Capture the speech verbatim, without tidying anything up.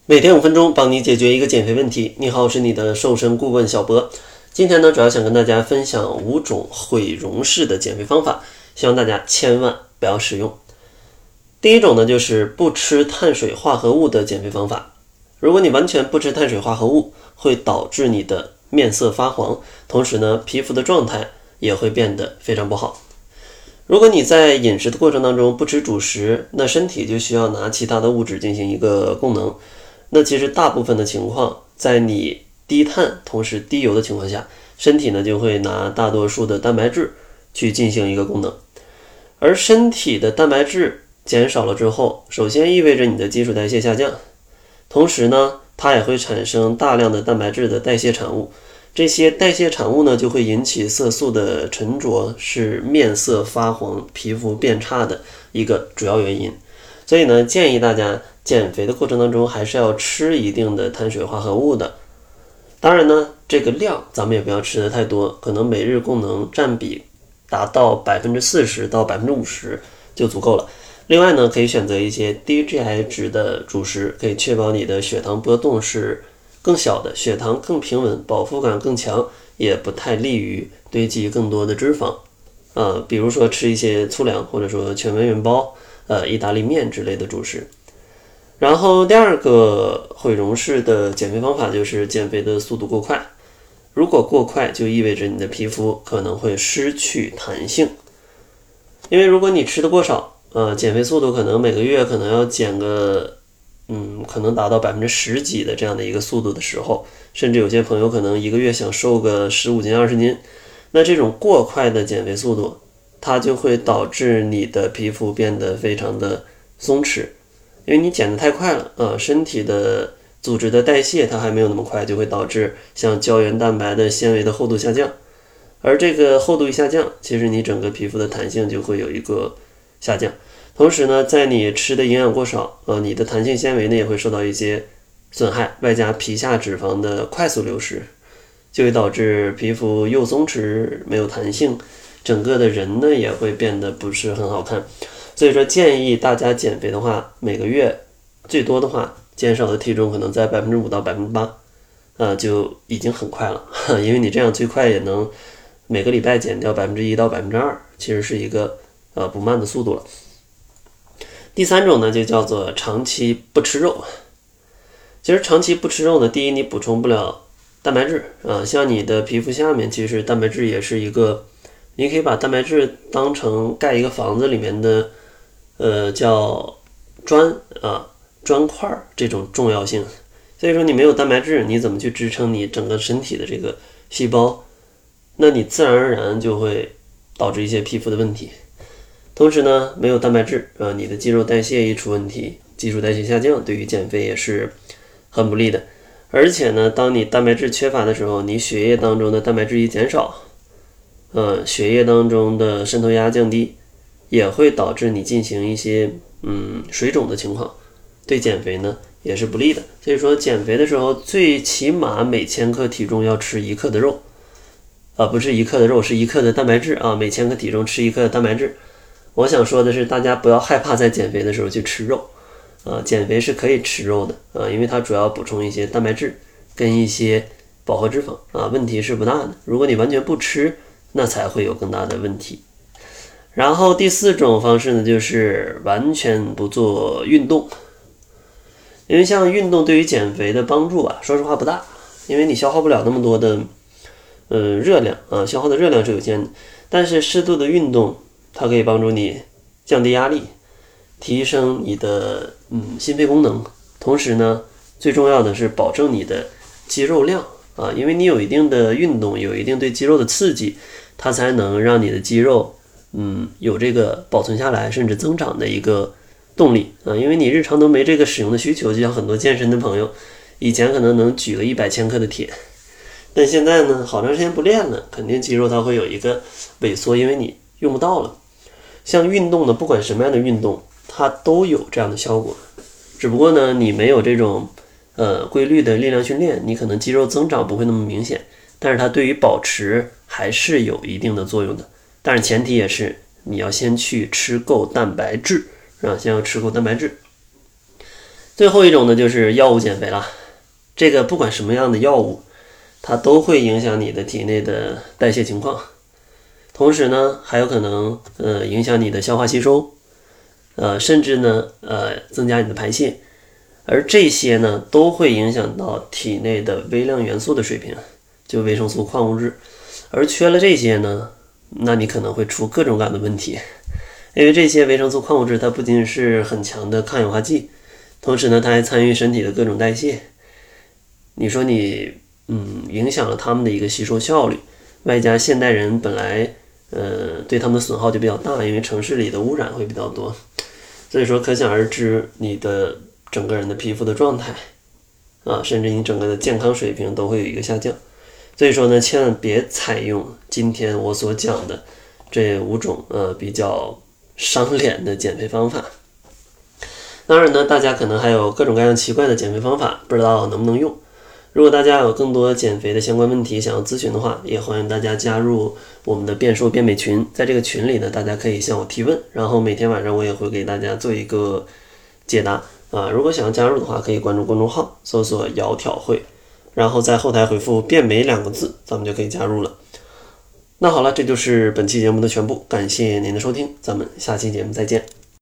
每天五分钟，帮你解决一个减肥问题。你好，我是你的瘦身顾问小博。今天呢，主要想跟大家分享五种毁容式的减肥方法，希望大家千万不要使用。第一种呢，就是不吃碳水化合物的减肥方法。如果你完全不吃碳水化合物，会导致你的面色发黄，同时呢，皮肤的状态也会变得非常不好。如果你在饮食的过程当中不吃主食，那身体就需要拿其他的物质进行一个供能。那其实大部分的情况，在你低碳同时低油的情况下，身体呢就会拿大多数的蛋白质去进行一个功能。而身体的蛋白质减少了之后，首先意味着你的基础代谢下降，同时呢，它也会产生大量的蛋白质的代谢产物。这些代谢产物呢，就会引起色素的沉着，是面色发黄、皮肤变差的一个主要原因。所以呢，建议大家减肥的过程当中，还是要吃一定的碳水化合物的。当然呢，这个量咱们也不要吃的太多，可能每日供能占比达到 百分之四十 到 百分之五十 就足够了。另外呢，可以选择一些低 G I 值的主食，可以确保你的血糖波动是更小的，血糖更平稳，饱腹感更强，也不太利于堆积更多的脂肪。呃，比如说吃一些粗粮，或者说全麦面包、呃意大利面之类的主食。然后第二个毁容式的减肥方法就是减肥的速度过快。如果过快，就意味着你的皮肤可能会失去弹性。因为如果你吃的过少，呃，减肥速度可能每个月可能要减个嗯，可能达到百分之十几的这样的一个速度的时候，甚至有些朋友可能一个月想瘦个十五斤、二十斤，那这种过快的减肥速度，它就会导致你的皮肤变得非常的松弛，因为你减得太快了啊，身体的组织的代谢它还没有那么快，就会导致像胶原蛋白的纤维的厚度下降，而这个厚度一下降，其实你整个皮肤的弹性就会有一个下降。同时呢，在你吃的营养过少，呃，你的弹性纤维呢也会受到一些损害，外加皮下脂肪的快速流失，就会导致皮肤又松弛没有弹性，整个的人呢也会变得不是很好看。所以说建议大家减肥的话，每个月最多的话减少的体重可能在 百分之五 到 百分之八， 呃，就已经很快了，因为你这样最快也能每个礼拜减掉 百分之一 到 百分之二， 其实是一个呃不慢的速度了。第三种呢，就叫做长期不吃肉。其实长期不吃肉呢，第一，你补充不了蛋白质啊，像你的皮肤下面，其实蛋白质也是一个，你可以把蛋白质当成盖一个房子里面的，呃，叫砖啊砖块这种重要性。所以说你没有蛋白质，你怎么去支撑你整个身体的这个细胞？那你自然而然就会导致一些皮肤的问题。同时呢，没有蛋白质啊，你的肌肉代谢一出问题，基础代谢下降，对于减肥也是很不利的。而且呢，当你蛋白质缺乏的时候，你血液当中的蛋白质一减少，呃，血液当中的渗透压降低，也会导致你进行一些嗯水肿的情况，对减肥呢也是不利的。所以说减肥的时候，最起码每千克体重要吃一克的肉，啊，不是一克的肉，是一克的蛋白质啊，每千克体重吃一克的蛋白质。我想说的是，大家不要害怕在减肥的时候去吃肉，啊，减肥是可以吃肉的，啊，因为它主要补充一些蛋白质跟一些饱和脂肪，啊，问题是不大的。如果你完全不吃，那才会有更大的问题。然后第四种方式呢，就是完全不做运动，因为像运动对于减肥的帮助啊，说实话不大，因为你消耗不了那么多的，呃，热量啊，消耗的热量是有限的，但是适度的运动。它可以帮助你降低压力，提升你的嗯心肺功能，同时呢，最重要的是保证你的肌肉量啊，因为你有一定的运动，有一定对肌肉的刺激，它才能让你的肌肉嗯有这个保存下来甚至增长的一个动力啊，因为你日常都没这个使用的需求，就像很多健身的朋友，以前可能能举个一百千克的铁，但现在呢，好长时间不练了，肯定肌肉它会有一个萎缩，因为你用不到了。像运动呢，不管什么样的运动，它都有这样的效果。只不过呢，你没有这种呃规律的力量训练，你可能肌肉增长不会那么明显，但是它对于保持还是有一定的作用的。但是前提也是你要先去吃够蛋白质啊，先要吃够蛋白质。 最后一种呢就是药物减肥了，这个不管什么样的药物，它都会影响你的体内的代谢情况，同时呢还有可能呃影响你的消化吸收，呃甚至呢呃增加你的排泄，而这些呢都会影响到体内的微量元素的水平，就维生素、矿物质，而缺了这些呢，那你可能会出各种各样的问题。因为这些维生素、矿物质它不仅是很强的抗氧化剂，同时呢它还参与身体的各种代谢，你说你嗯影响了他们的一个吸收效率，外加现代人本来呃对他们的损耗就比较大，因为城市里的污染会比较多，所以说可想而知你的整个人的皮肤的状态啊，甚至你整个的健康水平都会有一个下降。所以说呢，千万别采用今天我所讲的这五种呃比较伤脸的减肥方法。当然呢，大家可能还有各种各样奇怪的减肥方法，不知道能不能用。如果大家有更多减肥的相关问题想要咨询的话，也欢迎大家加入我们的变瘦变美群。在这个群里呢，大家可以向我提问，然后每天晚上我也会给大家做一个解答啊。如果想要加入的话，可以关注公众号，搜索窈窕会，然后在后台回复变美两个字，咱们就可以加入了。那好了，这就是本期节目的全部，感谢您的收听，咱们下期节目再见。